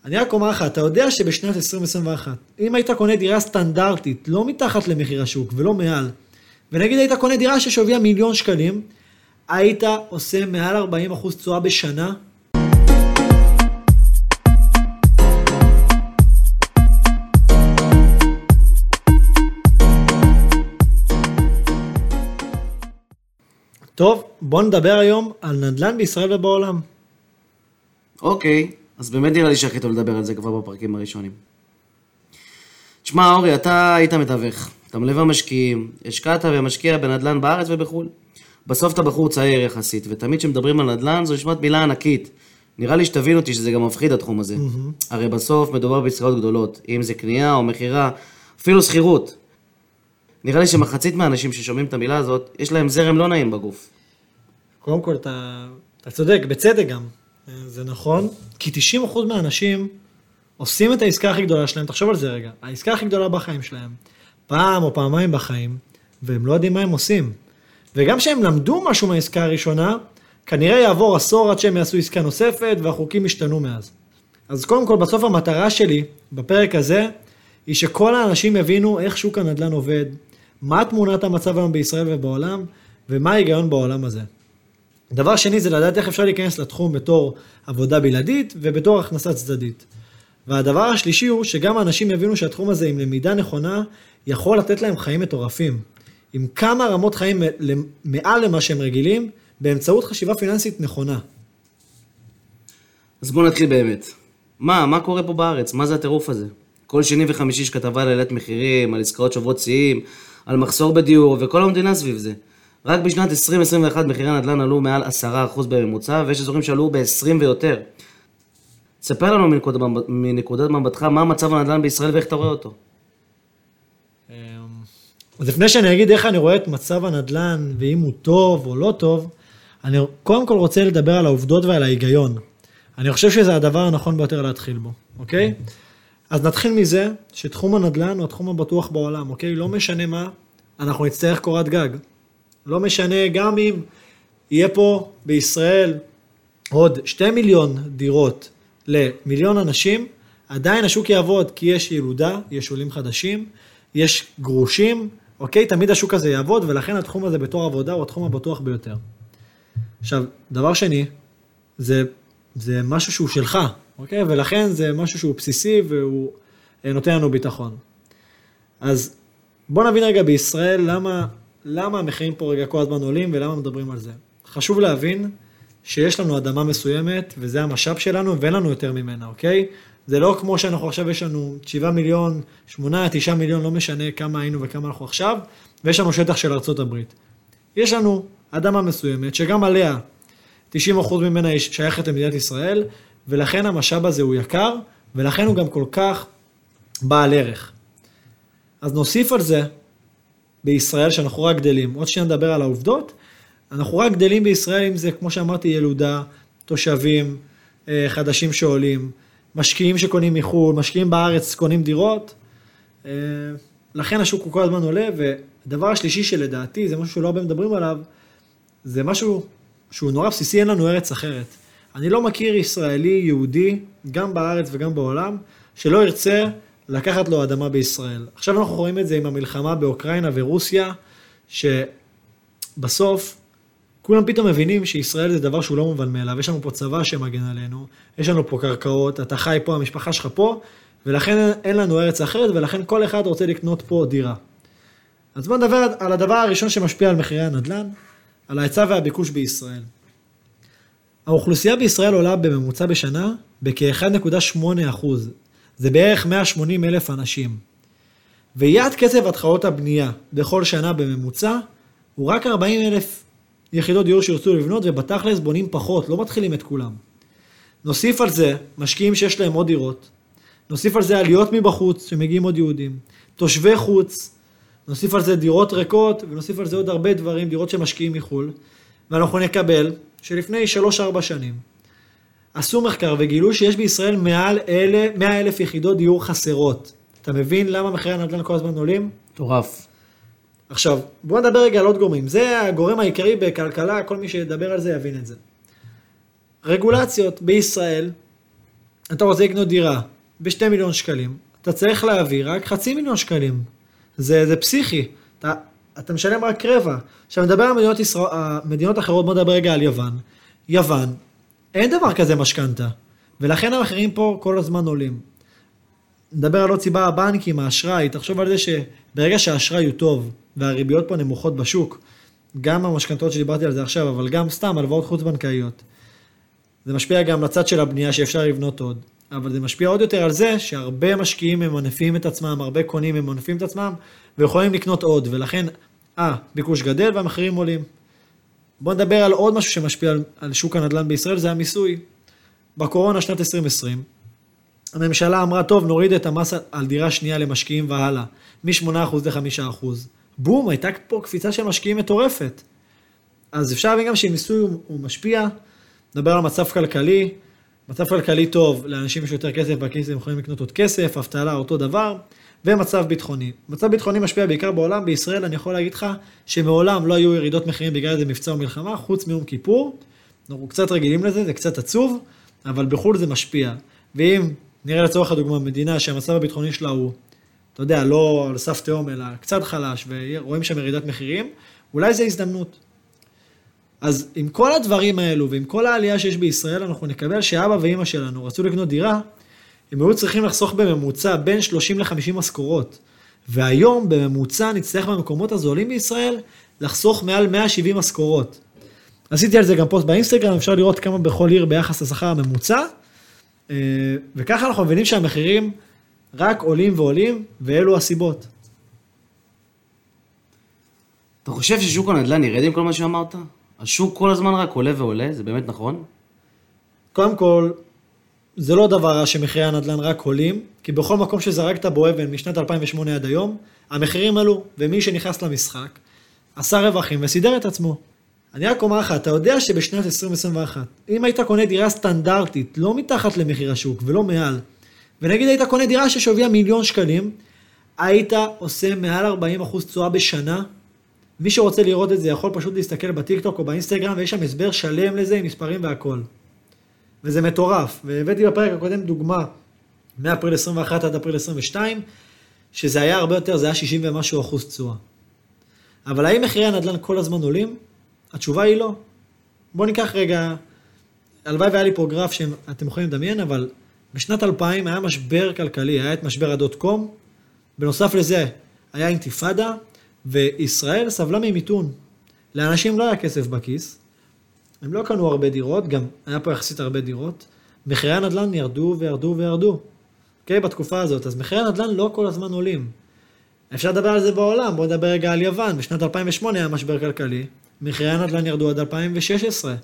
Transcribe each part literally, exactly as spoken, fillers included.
אני רק אומר לך, אתה יודע שבשנת עשרים עשרים ואחת, אם היית קונה דירה סטנדרטית, לא מתחת למחיר השוק ולא מעל, ונגיד היית קונה דירה ששוויה מיליון שקלים, היית עושה מעל ארבעים אחוז תשואה בשנה. טוב, בוא נדבר היום על נדל"ן בישראל ובעולם. אוקיי, אז באמת נראה לי שהכי טוב לדבר על זה כבר בפרקים הראשונים. תשמע, אורי, אתה היית מתווך. אתה מלווה משקיעים, השקעת ומשקיע בנדל"ן בארץ ובחול. בסוף אתה בחור צעיר יחסית, ותמיד כשמדברים על נדל"ן זו נשמעת מילה ענקית. נראה לי שתבין אותי שזה גם מפחיד התחום הזה. Mm-hmm. הרי בסוף מדובר בעסקאות גדולות, אם זה קנייה או מחירה, אפילו שכירות. נראה לי שמחצית מהאנשים ששומעים את המילה הזאת, יש להם זרם לא נעים בגוף. קודם כל, אתה, אתה צודק, בצדק גם. זה נכון, כי תשעים אחוז מהאנשים עושים את העסקה הכי גדולה שלהם, תחשוב על זה רגע, העסקה הכי גדולה בחיים שלהם, פעם או פעמיים בחיים, והם לא יודעים מה הם עושים. וגם שהם למדו משהו מהעסקה הראשונה, כנראה יעבור עשור עד שהם יעשו עסקה נוספת, והחוקים השתנו מאז. אז קודם כל, בסוף המטרה שלי, בפרק הזה, היא שכל האנשים יבינו איך שוק הנדל"ן עובד, מה תמונת המצב היום בישראל ובעולם, ומה ההיגיון בעולם הזה. דבר שני זה לדעת איך אפשר להיכנס לתחום בתור עבודה בלעדית ובתור הכנסה צדדית. והדבר השלישי הוא שגם האנשים יבינו שהתחום הזה עם למידה נכונה יכול לתת להם חיים מטורפים. עם כמה רמות חיים מעל למה שהם רגילים באמצעות חשיבה פיננסית נכונה. אז בואו נתחיל באמת. מה, מה קורה פה בארץ? מה זה הטירוף הזה? כל שני וחמישי שכתבה לעלת מחירים, על עסקאות שוברות שיאים, על מחסור בדיור וכל המדינה סביב זה. רק בשנת עשרים עשרים ואחת מחירי הנדל"ן עלו מעל עשרה אחוז בממוצע, ויש אזורים שעלו ב-עשרים ויותר. תספר לנו מנקודת, מנקודת מבטך מה מצב הנדל"ן בישראל ואיך אתה רואה אותו. אז לפני שאני אגיד איך אני רואה את מצב הנדל"ן, ואם הוא טוב או לא טוב, אני קודם כל רוצה לדבר על העובדות ועל ההיגיון. אני חושב שזה הדבר הנכון ביותר להתחיל בו, אוקיי? אז נתחיל מזה שתחום הנדל"ן הוא התחום הבטוח בעולם, אוקיי? לא משנה מה, אנחנו נצטרך קורת גג. לא משנה, גם אם יהיה פה בישראל עוד שתי מיליון דירות למיליון אנשים, עדיין השוק יעבוד, כי יש ילודה, יש עולים חדשים, יש גרושים, אוקיי? תמיד השוק הזה יעבוד, ולכן התחום הזה בתור עבודה הוא התחום הבטוח ביותר. עכשיו, דבר שני, זה, זה משהו שהוא שלך, אוקיי? ולכן זה משהו שהוא בסיסי, והוא נותן לנו ביטחון. אז בוא נבין רגע בישראל למה... למה המחירים פה רגע כל הזמן עולים ולמה מדברים על זה? חשוב להבין שיש לנו אדמה מסוימת וזה המשאב שלנו ואין לנו יותר ממנה, אוקיי? זה לא כמו שאנחנו עכשיו יש לנו שבעה מיליון, שמונה, תשעה מיליון, לא משנה כמה היינו וכמה אנחנו עכשיו, ויש לנו שטח של ארצות הברית. יש לנו אדמה מסוימת שגם עליה תשעים אחוז ממנה שייכת למדינת ישראל, ולכן המשאב הזה הוא יקר, ולכן הוא גם כל כך בעל ערך. אז נוסיף על זה, בישראל שאנחנו רק גדלים. עוד שניה נדבר על העובדות, אנחנו רק גדלים בישראל אם זה, כמו שאמרתי, ילודה, תושבים, חדשים שעולים, משקיעים שקונים מחו"ל, משקיעים בארץ, קונים דירות, לכן השוק הוא כל הזמן עולה, ודבר השלישי שלדעתי, זה משהו שלא הרבה מדברים עליו, זה משהו שהוא נורא בסיסי, אין לנו ארץ אחרת. אני לא מכיר ישראלי, יהודי, גם בארץ וגם בעולם, שלא ירצה לקחת לו אדמה בישראל. עכשיו אנחנו רואים את זה עם המלחמה באוקראינה ורוסיה, שבסוף כולם פתאום מבינים שישראל זה דבר שהוא לא מובן מאליו. יש לנו פה צבא שמגן עלינו, יש לנו פה קרקעות, אתה חי פה, המשפחה שלך פה, ולכן אין לנו ארץ אחרת, ולכן כל אחד רוצה לקנות פה דירה. אז בוא נדבר על הדבר הראשון שמשפיע על מחירי הנדל"ן, על ההיצע והביקוש בישראל. האוכלוסייה בישראל עולה בממוצע בשנה בכ-אחד נקודה שמונה אחוז. זה בערך מאה ושמונים אלף אנשים. ויעד קצב התחלות הבנייה בכל שנה בממוצע, הוא רק ארבעים אלף יחידות דיור שירצו לבנות, ובתכלס בונים פחות, לא מתחילים את כולם. נוסיף על זה משקיעים שיש להם עוד דירות, נוסיף על זה עליות מבחוץ שמגיעים עוד יהודים, תושבי חוץ, נוסיף על זה דירות ריקות, ונוסיף על זה עוד הרבה דברים, דירות שמשקיעים מחול, ואנחנו נקבל שלפני שלוש ארבע שנים, עשו מחקר וגילו שיש בישראל מעל מאה אלף יחידות דיור חסרות. אתה מבין למה מחירי הנדל"ן כל הזמן עולים? מטורף. עכשיו, בואו נדבר רגע על עוד גורמים. זה הגורם העיקרי בכלכלה, כל מי שידבר על זה יבין את זה. רגולציות בישראל, אתה רוצה לקנות דירה בשתי מיליון שקלים, אתה צריך להביא רק חצי מיליון שקלים. זה, זה פסיכי. אתה, אתה משלם רק רבע. עכשיו, נדבר על מדינות, ישראל, מדינות אחרות, בוא נדבר רגע על יוון. יוון, אין דבר כזה משכנתה. ולכן המחירים פה כל הזמן עולים. נדבר על עוד סיבה, הבנקים, האשראי, תחשוב על זה שברגע שהאשראי הוא טוב, והריביות פה נמוכות בשוק, גם המשכנתאות שדיברתי על זה עכשיו, אבל גם סתם הלוואות חוץ בנקאיות. זה משפיע גם לצד של הבנייה שאפשר לבנות עוד. אבל זה משפיע עוד יותר על זה שהרבה משקיעים ממנפים את עצמם, הרבה קונים ממנפים את עצמם, ויכולים לקנות עוד, ולכן, אה, ביקוש גדל והמחירים עולים. בואו נדבר על עוד משהו שמשפיע על, על שוק הנדל"ן בישראל, זה המיסוי. בקורונה שנת עשרים עשרים, הממשלה אמרה, טוב, נוריד את המס על דירה שנייה למשקיעים והלאה, מ-שמונה אחוז ל-חמישה אחוז. בום, הייתה פה קפיצה של משקיעים מטורפת. אז אפשר להבין גם שמיסוי הוא, הוא משפיע, נדבר על מצב כלכלי, מצב כלכלי טוב, לאנשים שיש יותר כסף בכיס, הם יכולים לקנות עוד כסף, אבטלה, אותו דבר, ומצב ביטחוני. מצב ביטחוני משפיע בעיקר בעולם, בישראל אני יכול להגיד לך שמעולם לא היו ירידות מחירים בגלל איזה מבצע או מלחמה, חוץ מיום כיפור, אנחנו קצת רגילים לזה, זה קצת עצוב, אבל בחו"ל זה משפיע. ואם נראה לצורך הדוגמה מדינה שהמצב הביטחוני שלה הוא, אתה יודע, לא על סף תהום, אלא קצת חלש, ורואים שם ירידת מחירים, אולי זה הזדמנות. אז עם כל הדברים האלו, ועם כל העלייה שיש בישראל, אנחנו נקבל שאבא ואמא שלנו רצו לקנות דירה, הם היו צריכים לחסוך בממוצע בין שלושים לחמישים משכורות. והיום בממוצע נצטרך במקומות הזולים בישראל לחסוך מעל מאה ושבעים משכורות. עשיתי על זה גם פוסט באינסטגרם, אפשר לראות כמה בכל עיר ביחס לשכר הממוצע, וככה אנחנו מבינים שהמחירים רק עולים ועולים, ואלו הסיבות. אתה חושב ששוק הנדל"ן ירד עם כל מה שאמרת? השוק כל הזמן רק עולה ועולה, זה באמת נכון? קודם כל, זה לא דבר רע שמחירי הנדל"ן רק עולים, כי בכל מקום שזרקת בו אבן משנת אלפיים ושמונה עד היום, המחירים עלו, ומי שנכנס למשחק, עשה רווחים וסידר את עצמו. אני רק אומר לך, אתה יודע שבשנת עשרים עשרים ואחת, אם היית קונה דירה סטנדרטית, לא מתחת למחיר השוק ולא מעל, ונגיד היית קונה דירה ששוויה מיליון שקלים, היית עושה מעל ארבעים אחוז תשואה בשנה. מי שרוצה לראות את זה יכול פשוט להסתכל בטיקטוק או באינסטגרם, ויש שם הסבר שלם לזה עם מספרים והכל. וזה מטורף. והבאתי בפרק הקודם דוגמה, מאפריל עשרים ואחת עד אפריל עשרים ושתיים, שזה היה הרבה יותר, זה היה שישים ומשהו אחוז תשואה. אבל האם מחירי הנדל"ן כל הזמן עולים? התשובה היא לא. בואו ניקח רגע, הלוואי והיה לי פה גרף שאתם יכולים לדמיין, אבל בשנת אלפיים היה משבר כלכלי, היה את משבר הדוט קום, בנוסף לזה היה אינתיפאדה, וישראל סבלה ממיתון. לאנשים לא היה כסף בכיס, הם לא קנו הרבה דירות, גם היה פה יחסית הרבה דירות, מחירי הנדל"ן ירדו וירדו וירדו. אוקיי, בתקופה הזאת, אז מחירי הנדל"ן לא כל הזמן עולים. אפשר לדבר על זה בעולם, בואו נדבר רגע על יוון, בשנת אלפיים ושמונה היה משבר כלכלי, מחירי הנדל"ן ירדו עד אלפיים ושש עשרה,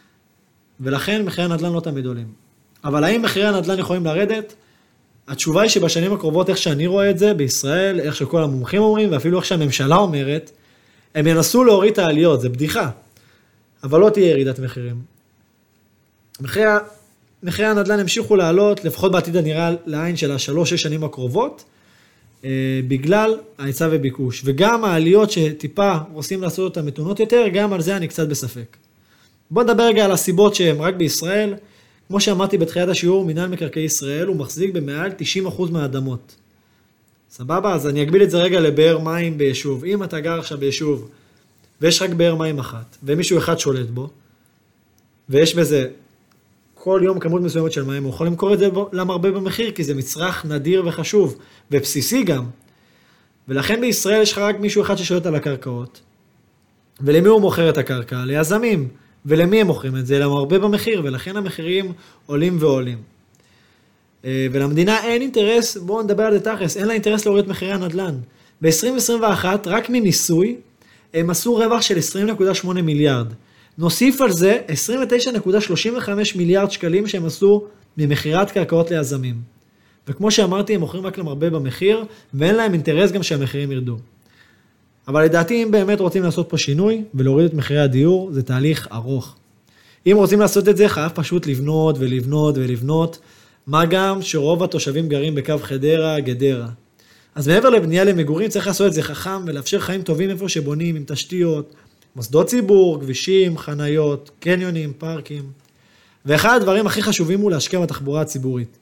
ולכן מחירי הנדל"ן לא תמיד עולים. אבל האם מחירי הנדל"ן יכולים לרדת? התשובה היא שבשנים הקרובות, איך שאני רואה את זה, בישראל, איך שכל המומחים אומרים, ואפילו איך שהממשלה אומרת, הם ינסו להוריד את העליות, זה בדיחה. אבל לא תהיה ירידת מחירים. מחירי, מחירי הנדל"ן המשיכו לעלות, לפחות בעתיד הנראה לעין של השלוש, שש שנים הקרובות, אה, בגלל ההיצע וביקוש. וגם העליות שטיפה רוצים לעשות אותן מתונות יותר, גם על זה אני קצת בספק. בוא נדבר רגע על הסיבות שהן רק בישראל. כמו שאמרתי בתחילת השיעור, מינהל מקרקעי ישראל הוא מחזיק במעל תשעים אחוז מהאדמות. סבבה? אז אני אגביל את זה רגע לבאר מים ביישוב. אם אתה גר עכשיו ביישוב, ויש רק באר מים אחת, ומישהו אחד שולט בו, ויש בזה כל יום כמות מסוימת של מים, הוא יכול למכור את זה למרבה במחיר, כי זה מצרך נדיר וחשוב, ובסיסי גם. ולכן בישראל יש לך רק מישהו אחד ששולט על הקרקעות. ולמי הוא מוכר את הקרקע? ליזמים. ולמי הם מוכרים את זה? למרבה במחיר, ולכן המחירים עולים ועולים. ולמדינה אין אינטרס, בואו נדבר על זה תכלס, אין לה אינטרס להוריד מחירי הנדל"ן. ב-עשרים עשרים ואחת, רק מניסוי, הם עשו רווח של עשרים נקודה שמונה מיליארד. נוסיף על זה עשרים ותשע נקודה שלושים וחמש מיליארד שקלים שהם עשו ממחירת קרקעות ליזמים. וכמו שאמרתי, הם מוכרים רק למרבה במחיר, ואין להם אינטרס גם שהמחירים ירדו. אבל לדעתי, אם באמת רוצים לעשות פה שינוי ולהוריד את מחירי הדיור, זה תהליך ארוך. אם רוצים לעשות את זה, חייב פשוט לבנות ולבנות ולבנות, מה גם שרוב התושבים גרים בקו חדרה, גדרה. אז מעבר לבנייה למגורים, צריך לעשות את זה חכם ולאפשר חיים טובים איפה שבונים, עם תשתיות, מוסדות ציבור, כבישים, חניות, קניונים, פארקים. ואחד הדברים הכי חשובים הוא להשקיע בתחבורה הציבורית.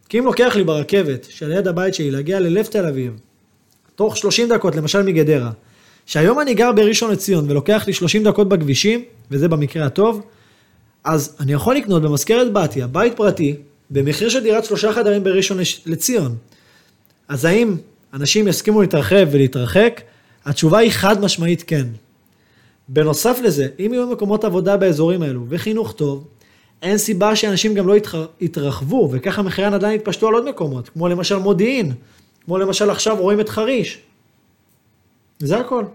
כי אם לוקח לי ברכבת, שליד הבית שלי, להגיע ללב תל אביב, תוך שלושים דקות, למשל מגדרה, שהיום אני גר בראשון לציון, ולוקח לי שלושים דקות בכבישים, וזה במקרה הטוב, אז אני יכול לקנות במזכרת בתיה, בית פרטי, במחיר של דירת שלושה חדרים בראשון לציון. אז האם אנשים יסכימו להתרחב ולהתרחק? התשובה היא חד משמעית כן. בנוסף לזה, אם יהיו מקומות עבודה באזורים האלו וחינוך טוב, אין סיבה שאנשים גם לא יתרחבו, וככה מחירי הנדל"ן יתפשטו על עוד מקומות, כמו למשל מודיעין, כמו למשל עכשיו רואים את חריש. זה הכל.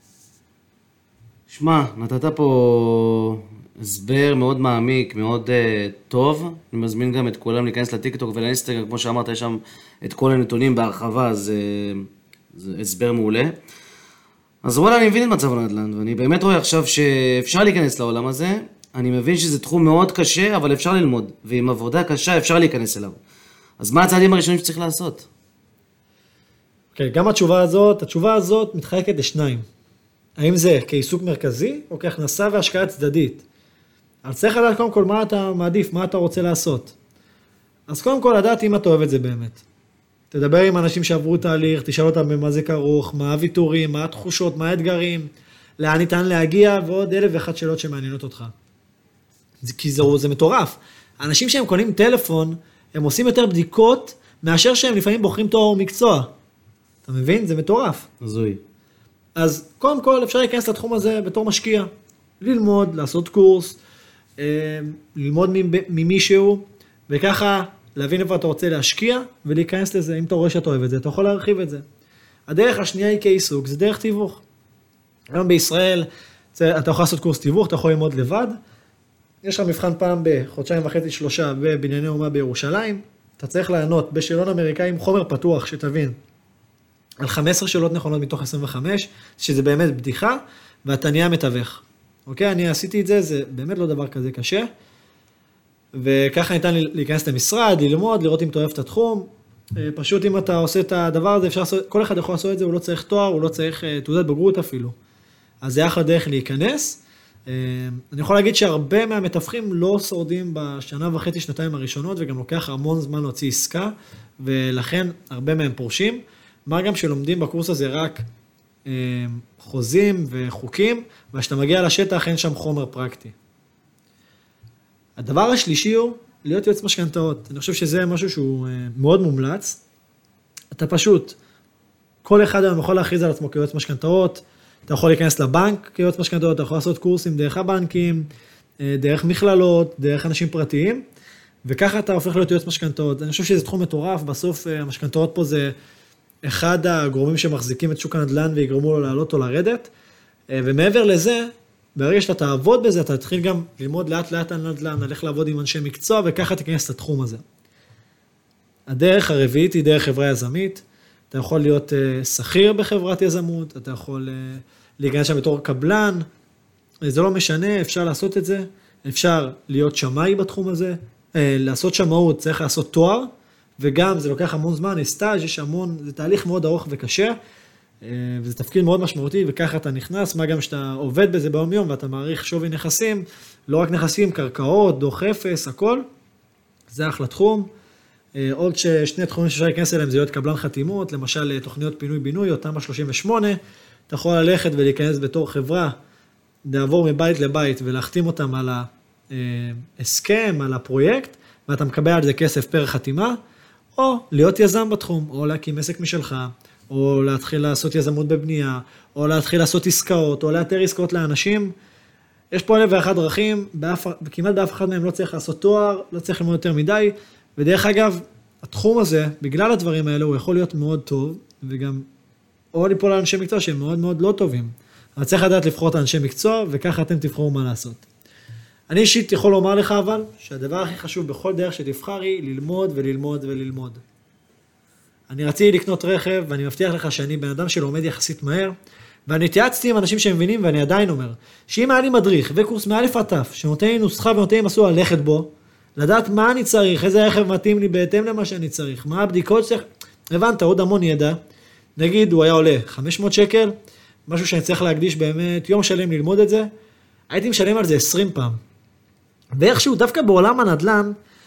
שמע, נתת פה הסבר מאוד מעמיק, מאוד uh, טוב. אני מזמין גם את כולם להיכנס לטיקטוק ולאינסטגרם, כמו שאמרת, יש שם את כל הנתונים בהרחבה, אז uh, זה הסבר מעולה. אז וואלה, אני מבין את מצב הנדל"ן, ואני באמת רואה עכשיו שאפשר להיכנס לעולם הזה. אני מבין שזה תחום מאוד קשה, אבל אפשר ללמוד, ועם עבודה קשה אפשר להיכנס אליו. אז מה הצעדים הראשונים שצריך לעשות? כן, okay, גם התשובה הזאת, התשובה הזאת מתחלקת לשניים. האם זה כעיסוק מרכזי, או כהכנסה והשקעה צדדית? אז צריך לדעת קודם כל מה אתה מעדיף, מה אתה רוצה לעשות. אז קודם כל לדעת אם אתה אוהב את זה באמת. תדבר עם אנשים שעברו תהליך, תשאל אותם במה זה כרוך, מה הוויתורים, מה התחושות, מה האתגרים, לאן ניתן להגיע, ועוד אלף ואחת שאלות שמעניינות אותך. זה, כי זה, זה מטורף. האנשים שהם קונים טלפון, הם עושים יותר בדיקות, מאשר שהם לפעמים בוחרים תואר או מקצוע. אתה מבין? זה מטורף. הזוי. אז קודם כל אפשר להיכנס לתחום הזה בתור משקיע. ללמוד, לעשות קורס, ללמוד ממישהו, וככה להבין איפה אתה רוצה להשקיע, ולהיכנס לזה. אם אתה רואה שאתה אוהב את זה, אתה יכול להרחיב את זה. הדרך השנייה היא כעיסוק, זה דרך תיווך. היום בישראל, אתה יכול לעשות קורס תיווך, אתה יכול ללמוד לבד. יש לך מבחן פעם בחודשיים וחצי שלושה בבנייני אומה בירושלים. אתה צריך לענות בשאלון אמריקאי עם חומר פתוח, שתבין. על חמש עשרה שאלות נכונות מתוך עשרים וחמש, שזה באמת בדיחה, ואתה נהיה מתווך. אוקיי? אני עשיתי את זה, זה באמת לא דבר כזה קשה, וככה ניתן להיכנס למשרד, ללמוד, לראות אם אתה אוהב את התחום. פשוט אם אתה עושה את הדבר הזה, אפשר לעשות, כל אחד יכול לעשות את זה, הוא לא צריך תואר, הוא לא צריך תעודת בגרות אפילו. אז זה אחלה דרך להיכנס. אני יכול להגיד שהרבה מהמתווכים לא שורדים בשנה וחצי, שנתיים הראשונות, וגם לוקח המון זמן להוציא עסקה, ולכן הרבה מהם פורשים. מה גם שלומדים בקורס הזה רק אה, חוזים וחוקים, ושאתה מגיע לשטח אין שם חומר פרקטי. הדבר השלישי הוא להיות יועץ משכנתאות. אני חושב שזה משהו שהוא אה, מאוד מומלץ. אתה פשוט, כל אחד היום יכול להכריז על עצמו כיועץ משכנתאות, אתה יכול להיכנס לבנק כיועץ משכנתאות, אתה יכול לעשות קורסים דרך הבנקים, אה, דרך מכללות, דרך אנשים פרטיים, וככה אתה הופך להיות יועץ משכנתאות. אני חושב שזה תחום מטורף, בסוף אה, המשכנתאות פה זה אחד הגורמים שמחזיקים את שוק הנדל"ן ויגרמו לו לעלות או לרדת, ומעבר לזה, ברגע שאתה תעבוד בזה, אתה תתחיל גם ללמוד לאט לאט על נדל"ן, הלך לעבוד עם אנשי מקצוע, וככה תיכנס לתחום הזה. הדרך הרביעית היא דרך חברה יזמית, אתה יכול להיות שכיר בחברת יזמות, אתה יכול להיכנס שם בתור קבלן, זה לא משנה, אפשר לעשות את זה, אפשר להיות שמאי בתחום הזה, לעשות שמאות צריך לעשות תואר, וגם זה לוקח המון זמן, יש סטאז', יש המון, זה תהליך מאוד ארוך וקשה, וזה תפקיד מאוד משמעותי, וככה אתה נכנס, מה גם שאתה עובד בזה ביום יום, ואתה מעריך שווי נכסים, לא רק נכסים, קרקעות, דוח אפס, הכל, זה אחלה תחום. עוד ששני תחומים שאפשר להיכנס אליהם, זה להיות קבלן חתימות, למשל תוכניות פינוי-בינוי, או תמ"א שלושים ושמונה, אתה יכול ללכת ולהיכנס בתור חברה, לעבור מבית לבית, ולהחתים אותם על ההסכם, על הפרויקט, ואתה מקבל על זה כסף פר חתימה, או להיות יזם בתחום, או להקים עסק משלך, או להתחיל לעשות יזמות בבנייה, או להתחיל לעשות עסקאות, או לאתר עסקאות לאנשים. יש פה אלף ואחת דרכים, באף, כמעט באף אחד מהם לא צריך לעשות תואר, לא צריך ללמוד יותר מדי, ודרך אגב, התחום הזה, בגלל הדברים האלה, הוא יכול להיות מאוד טוב, וגם או ליפול על אנשי מקצוע שהם מאוד מאוד לא טובים. אבל צריך לדעת לבחור את האנשי מקצוע, וככה אתם תבחרו מה לעשות. אני אישית יכול לומר לך אבל, שהדבר הכי חשוב בכל דרך שתבחר היא ללמוד וללמוד וללמוד. אני רציתי לקנות רכב, ואני מבטיח לך שאני בן אדם שלומד יחסית מהר, ואני התייעצתי עם אנשים שמבינים, ואני עדיין אומר, שאם היה לי מדריך וקורס מאלף עד תף, שנותן לי נוסחה ונותן לי מסלול ללכת בו, לדעת מה אני צריך, איזה רכב מתאים לי בהתאם למה שאני צריך, מה הבדיקות שצריך, הבנת, עוד המון ידע, נגיד הוא היה עולה חמש מאות שקל, משהו שאני צריך להקדיש באמת יום שלם ללמוד את זה, הייתי משלם על זה עשרים פעם. ואיכשהו, דווקא בעולם הנדל"ן,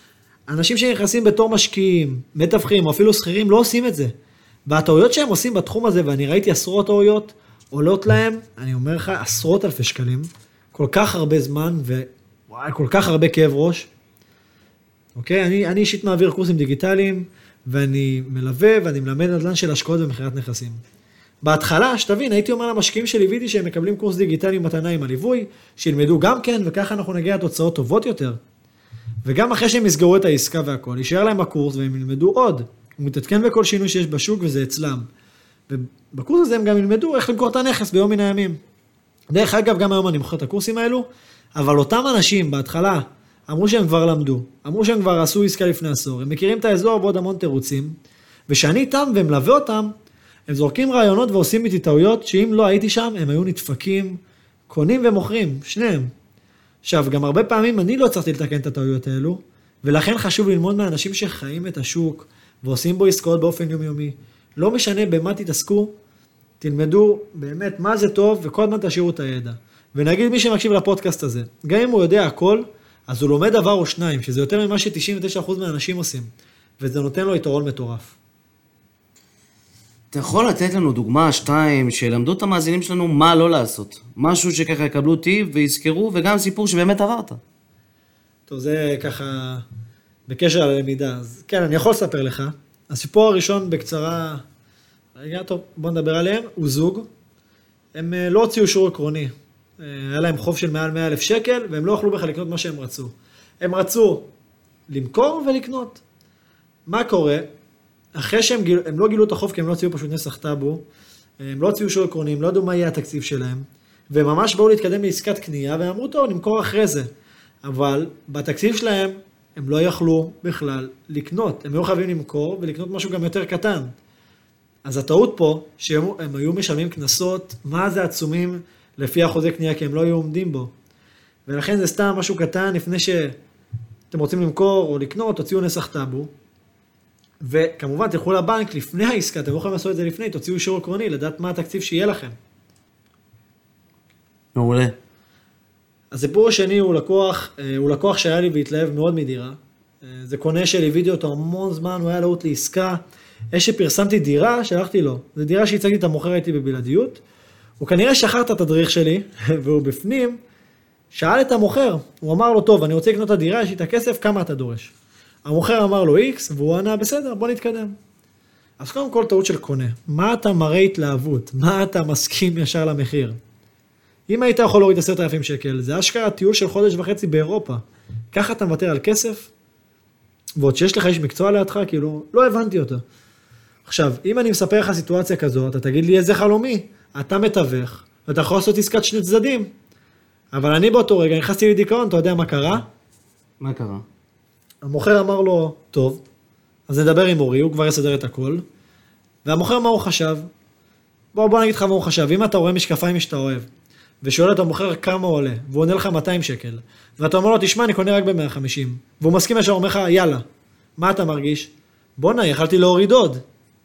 אנשים שנכנסים בתור משקיעים, מתווכים, או אפילו שכירים, לא עושים את זה. והטעויות שהם עושים בתחום הזה, ואני ראיתי עשרות טעויות, עולות להם, אני אומר לך, עשרות אלפי שקלים, כל כך הרבה זמן, וכל כך הרבה כאב ראש. אוקיי? אני, אני אישית מעביר קורסים דיגיטליים, ואני מלווה, ואני מלמד נדל"ן של השקעות ומכירת נכסים. בהתחלה, שתבין, הייתי אומר למשקיעים שליוויתי שהם מקבלים קורס דיגיטלי מתנה עם הליווי, שילמדו גם כן, וככה אנחנו נגיע לתוצאות טובות יותר. וגם אחרי שהם יסגרו את העסקה והכל, יישאר להם הקורס והם ילמדו עוד. הוא מתעדכן בכל שינוי שיש בשוק וזה אצלם. ובקורס הזה הם גם ילמדו איך למכור את הנכס ביום מן הימים. דרך אגב, גם היום אני מוכר את הקורסים האלו, אבל אותם אנשים בהתחלה אמרו שהם כבר למדו, אמרו שהם כבר עשו עסקה לפני עשור, הם מכירים את האזור בעוד המון תירוצים, ושאני איתם ומלווה אותם, הם זורקים רעיונות ועושים איתי טעויות, שאם לא הייתי שם, הם היו נדפקים, קונים ומוכרים, שניהם. עכשיו, גם הרבה פעמים אני לא הצלחתי לתקן את הטעויות האלו, ולכן חשוב ללמוד מהאנשים שחיים את השוק, ועושים בו עסקאות באופן יומיומי. לא משנה במה תתעסקו, תלמדו באמת מה זה טוב, וכל הזמן תשאירו את הידע. ונגיד מי שמקשיב לפודקאסט הזה, גם אם הוא יודע הכל, אז הוא לומד דבר או שניים, שזה יותר ממה ש-תשעים ותשעה אחוז מהאנשים עושים, וזה נותן לו יתרון מטורף. אתה יכול לתת לנו דוגמה, שתיים, שלמדו את המאזינים שלנו מה לא לעשות. משהו שככה יקבלו טיפ ויזכרו, וגם סיפור שבאמת עברת. טוב, זה ככה בקשר ללמידה. אז כן, אני יכול לספר לך. הסיפור הראשון בקצרה, רגע, טוב, בוא נדבר עליהם, הוא זוג. הם לא הוציאו אישור עקרוני. היה להם חוב של מעל מאה אלף שקל, והם לא יכלו בכלל לקנות מה שהם רצו. הם רצו למכור ולקנות. מה קורה? אחרי שהם גיל, הם לא גילו את החוב, כי הם לא הוציאו פשוט נסח טאבו, הם לא הוציאו אישור עקרוני, הם לא ידעו מה יהיה התקציב שלהם, וממש באו להתקדם לעסקת קנייה, והם אמרו, טוב, נמכור אחרי זה. אבל בתקציב שלהם, הם לא יכלו בכלל לקנות. הם היו חייבים למכור ולקנות משהו גם יותר קטן. אז הטעות פה, שהם הם היו משלמים כנסות, מה זה עצומים לפי אחוזי קנייה, כי הם לא היו עומדים בו. ולכן זה סתם משהו קטן, לפני שאתם רוצים למכור או לקנות, תוציאו נסח טאבו. וכמובן, תלכו לבנק לפני העסקה, אתם לא יכולים לעשות את זה לפני, תוציאו אישור עקרוני, לדעת מה התקציב שיהיה לכם. מעולה. הסיפור השני הוא לקוח, הוא לקוח שהיה לי והתלהב מאוד מדירה. זה קונה שלי וידאו אותו המון זמן, הוא היה להוט לעסקה. יש שפרסמתי דירה, שלחתי לו. זו דירה שהצגתי את המוכר איתי בבלעדיות. הוא כנראה שכח את התדריך שלי, והוא בפנים, שאל את המוכר. הוא אמר לו, טוב, אני רוצה לקנות את הדירה, יש לי את הכסף, כמה אתה דורש? המוכר אמר לו X, והוא ענה, בסדר, בוא נתקדם. אז קודם כל טעות של קונה. מה אתה מראה התלהבות? מה אתה מסכים ישר למחיר? אם היית יכול להוריד עשרת אלפים שקל, זה אשכרה טיול של חודש וחצי באירופה. ככה אתה מוותר על כסף, ועוד שיש לך איש מקצוע לידך, כאילו, לא הבנתי אותו. עכשיו, אם אני מספר לך סיטואציה כזו, אתה תגיד לי איזה חלומי. אתה מתווך, ואתה יכול לעשות עסקת שני צדדים. אבל אני באותו רגע, נכנסתי לדיכאון, אתה יודע מה קרה? מה קרה? המוכר אמר לו, טוב, אז נדבר עם אורי, הוא כבר יסדר את הכל. והמוכר מה הוא חשב? בוא, בוא נגיד לך מה הוא חשב. אם אתה רואה משקפיים שאתה אוהב, ושואל את המוכר כמה הוא עולה, והוא עונה לך מאתיים שקל, ואתה אומר לו, תשמע, אני קונה רק ב-מאה וחמישים, והוא מסכים ישר, אומר לך, יאללה, מה אתה מרגיש? בוא'נה, יכלתי להוריד עוד.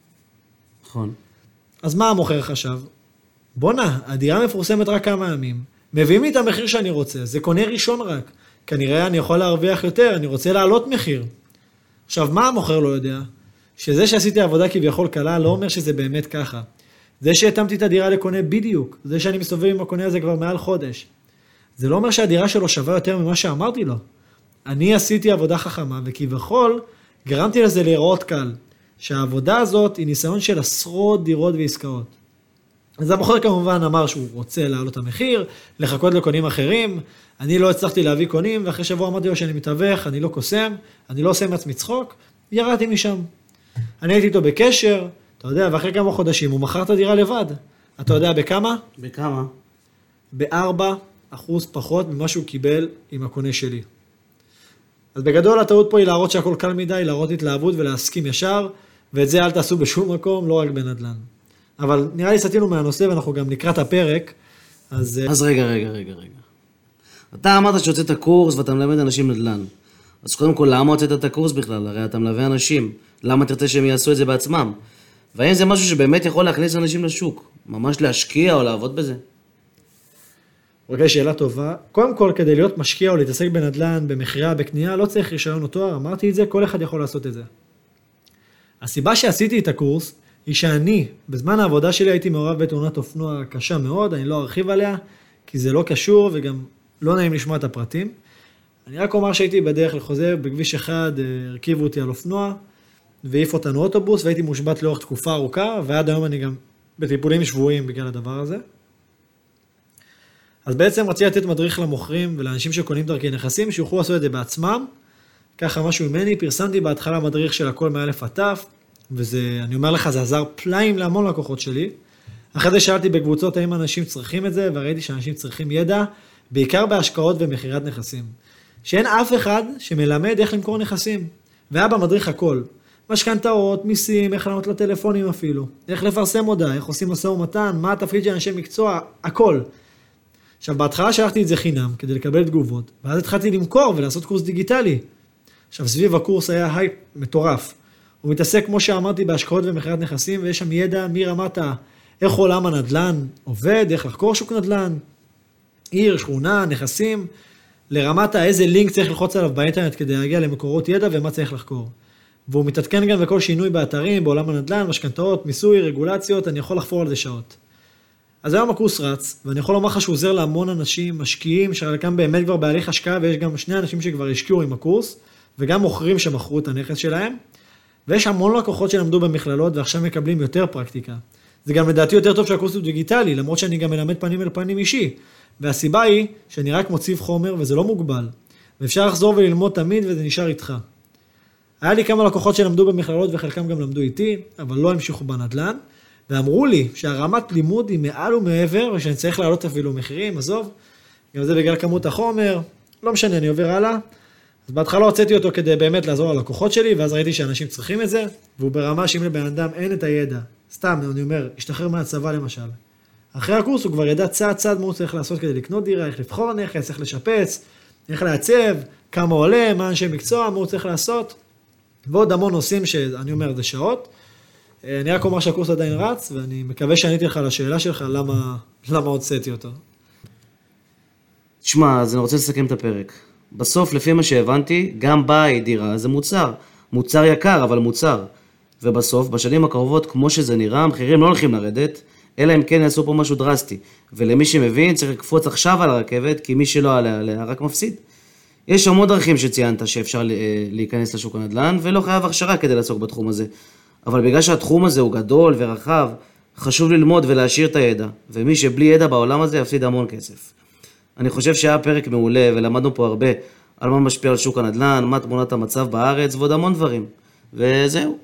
נכון. אז מה המוכר חשב? בוא'נה, הדירה מפורסמת רק כמה ימים, מביאים לי את המחיר שאני רוצה, זה קונה ראשון רק, כנראה אני יכול להרוויח יותר, אני רוצה לעלות מחיר. עכשיו, מה המוכר לא יודע? שזה שעשיתי עבודה כביכול קלה, לא אומר שזה באמת ככה. זה שהתאמתי את הדירה לקונה בדיוק, זה שאני מסתובב עם הקונה הזה כבר מעל חודש. זה לא אומר שהדירה שלו שווה יותר ממה שאמרתי לו. אני עשיתי עבודה חכמה, וכביכול גרמתי לזה להיראות קל. שהעבודה הזאת היא ניסיון של עשרות דירות ועסקאות. אז המוכר כמובן אמר שהוא רוצה להעלות את המחיר, לחכות לקונים אחרים, אני לא הצלחתי להביא קונים, ואחרי שבוע אמרתי לו שאני מתווך, אני לא קוסם, אני לא עושה מעצמי צחוק, ירדתי משם. אני הייתי איתו בקשר, אתה יודע, ואחרי כמה חודשים הוא מכר את הדירה לבד. אתה יודע בכמה? בכמה? בארבע אחוז פחות ממה שהוא קיבל עם הקונה שלי. אז בגדול הטעות פה היא להראות שהכל קל מדי, להראות התלהבות ולהסכים ישר, ואת זה אל תעשו בשום מקום, לא רק בנדל"ן. אבל נראה לי סתינו מהנושא, ואנחנו גם לקראת הפרק, אז... אז רגע, רגע, רגע, רגע. אתה אמרת שהוצאת קורס ואתה מלמד אנשים נדל"ן. אז קודם כל, למה הוצאת את הקורס בכלל? הרי אתה מלווה אנשים. למה תרצה שהם יעשו את זה בעצמם? והאם זה משהו שבאמת יכול להכניס אנשים לשוק? ממש להשקיע או לעבוד בזה? אוקיי, שאלה טובה. קודם כל, כדי להיות משקיע או להתעסק בנדל"ן, במחירה, בקנייה, לא צריך רישיון או תואר, אמרתי את זה, כל אחד יכול לעשות את זה. הסיבה שעשיתי את הקורס, היא שאני, בזמן העבודה שלי הייתי מעורב בתאונת אופנוע קשה מאוד, אני לא ארחיב עליה, כי זה לא קשור וגם לא נעים לשמוע את הפרטים. אני רק אומר שהייתי בדרך לחוזר, בכביש אחד הרכיבו אותי על אופנוע, והעיף אותנו אוטובוס, והייתי מושבת לאורך תקופה ארוכה, ועד היום אני גם בטיפולים שבועיים בגלל הדבר הזה. אז בעצם רציתי לתת מדריך למוכרים ולאנשים שקונים דרכי נכסים, שיוכלו לעשות את זה בעצמם. ככה משהו ממני, פרסמתי בהתחלה מדריך של הכל מאלף עד תף, וזה, אני אומר לך, זה עזר פלאים להמון לקוחות שלי. אחרי זה שאלתי בקבוצות האם אנשים צריכים את זה, וראיתי שאנשים צריכים ידע, בעיקר בהשקעות ומחירת נכסים. שאין אף אחד שמלמד איך למכור נכסים. והיה במדריך הכל. משכנתאות, מיסים, איך לענות לטלפונים אפילו. איך לפרסם הודעה, איך עושים משא ומתן, מה התפקיד של אנשי מקצוע, הכל. עכשיו, בהתחלה שלחתי את זה חינם כדי לקבל תגובות, ואז התחלתי למכור ולעשות קורס דיגיטלי. עכשיו, סביב הקורס היה הייפ מטורף. הוא מתעסק, כמו שאמרתי, בהשקעות ומחירת נכסים, ויש שם ידע מרמת איך עולם הנדל"ן עובד, איך לחקור שוק נדל"ן, עיר, שכונה, נכסים, לרמת איזה לינק צריך ללחוץ עליו באינטרנט כדי להגיע למקורות ידע ומה צריך לחקור. והוא מתעדכן גם בכל שינוי באתרים, בעולם הנדל"ן, משכנתאות, מיסוי, רגולציות, אני יכול לחפור על זה שעות. אז היום הקורס רץ, ואני יכול לומר לך שהוא עוזר להמון אנשים, משקיעים, שחלקם באמת כבר בהליך השקעה, ויש גם שני אנשים שכבר השקיעו עם הקורס, וגם מוכרים שמכרו את הנכס שלהם, ויש המון לקוחות שלמדו במכללות, ועכשיו מקבלים יותר פרקטיקה. זה גם לדעתי יותר טוב שהקורס הוא דיגיטלי, למרות שאני גם מלמד פנים אל פנים אישי, והסיבה היא שאני רק מוציב חומר, וזה לא מוגבל, ואפשר לחזור וללמוד תמיד, וזה נשאר איתך. היה לי כמה לקוחות שלמדו במכללות, וחלקם גם למדו איתי, אבל לא המשיכו בנדל"ן, ואמרו לי שהרמת לימוד היא מעל ומעבר, ושאני צריך לעלות אפילו מחירים, עזוב, גם זה בגלל כמות החומר, לא משנה, אני עובר הלאה. אז בהתחלה הוצאתי אותו כדי באמת לעזור ללקוחות שלי, ואז ראיתי שאנשים צריכים את זה, והוא ברמה שאם לבן אדם אין את הידע, סתם, אני אומר, השתחרר מהצבא למשל. אחרי הקורס הוא כבר ידע צעד צעד מה הוא צריך לעשות כדי לקנות דירה, איך לבחור נכס, איך לשפץ, איך לעצב, כמה עולה, מה אנשי מקצוע, מה הוא צריך לעשות, ועוד המון נושאים שאני אומר, זה שעות. אני רק אומר שהקורס עדיין רץ, ואני מקווה שעניתי לך לשאלה שלך, למה, למה הוצאתי אותו. תשמע, אז אני רוצה לסכם את הפרק. בסוף, לפי מה שהבנתי, גם בית, דירה, זה מוצר. מוצר יקר, אבל מוצר. ובסוף, בשנים הקרובות, כמו שזה נראה, המחירים לא הולכים לרדת, אלא אם כן יעשו פה משהו דרסטי. ולמי שמבין, צריך לקפוץ עכשיו על הרכבת, כי מי שלא עליה עליה רק מפסיד. יש המון דרכים שציינת שאפשר להיכנס לשוק הנדל"ן, ולא חייב הכשרה כדי לעסוק בתחום הזה. אבל בגלל שהתחום הזה הוא גדול ורחב, חשוב ללמוד ולהשאיר את הידע, ומי שבלי ידע בעולם הזה יפסיד המון כסף. אני חושב שהיה פרק מעולה, ולמדנו פה הרבה על מה משפיע על שוק הנדל"ן, מה תמונת המצב בארץ, ועוד המון דברים. וזהו.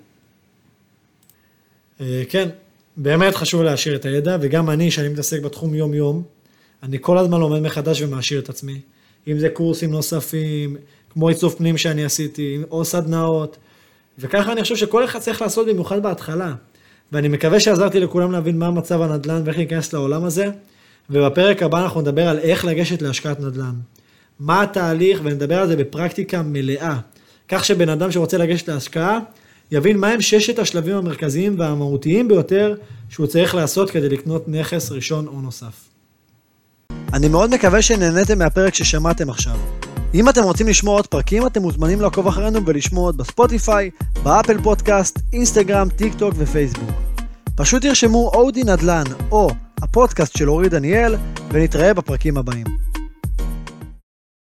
כן, באמת חשוב להשאיר את הידע, וגם אני, שאני מתעסק בתחום יום-יום, אני כל הזמן לומד מחדש ומאשיר את עצמי. אם זה קורסים נוספים, כמו עיצוב פנים שאני עשיתי, או סדנאות, וככה אני חושב שכל אחד צריך לעשות במיוחד בהתחלה. ואני מקווה שעזרתי לכולם להבין מה מצב הנדל"ן ואיך להיכנס לעולם הזה, ובפרק הבא אנחנו נדבר על איך לגשת להשקעת נדל"ן. מה התהליך, ונדבר על זה בפרקטיקה מלאה. כך שבן אדם שרוצה לגשת להשקעה, יבין מהם ששת השלבים המרכזיים והמהותיים ביותר שהוא צריך לעשות כדי לקנות נכס ראשון או נוסף. אני מאוד מקווה שנהניתם מהפרק ששמעתם עכשיו. אם אתם רוצים לשמוע עוד פרקים, אתם מוזמנים לעקוב אחרינו ולשמוע עוד בספוטיפיי, באפל פודקאסט, אינסטגרם, טיק טוק ופייסבוק. פשוט תרשמו אודי נדל"ן או הפודקאסט של אורי דניאל, ונתראה בפרקים הבאים.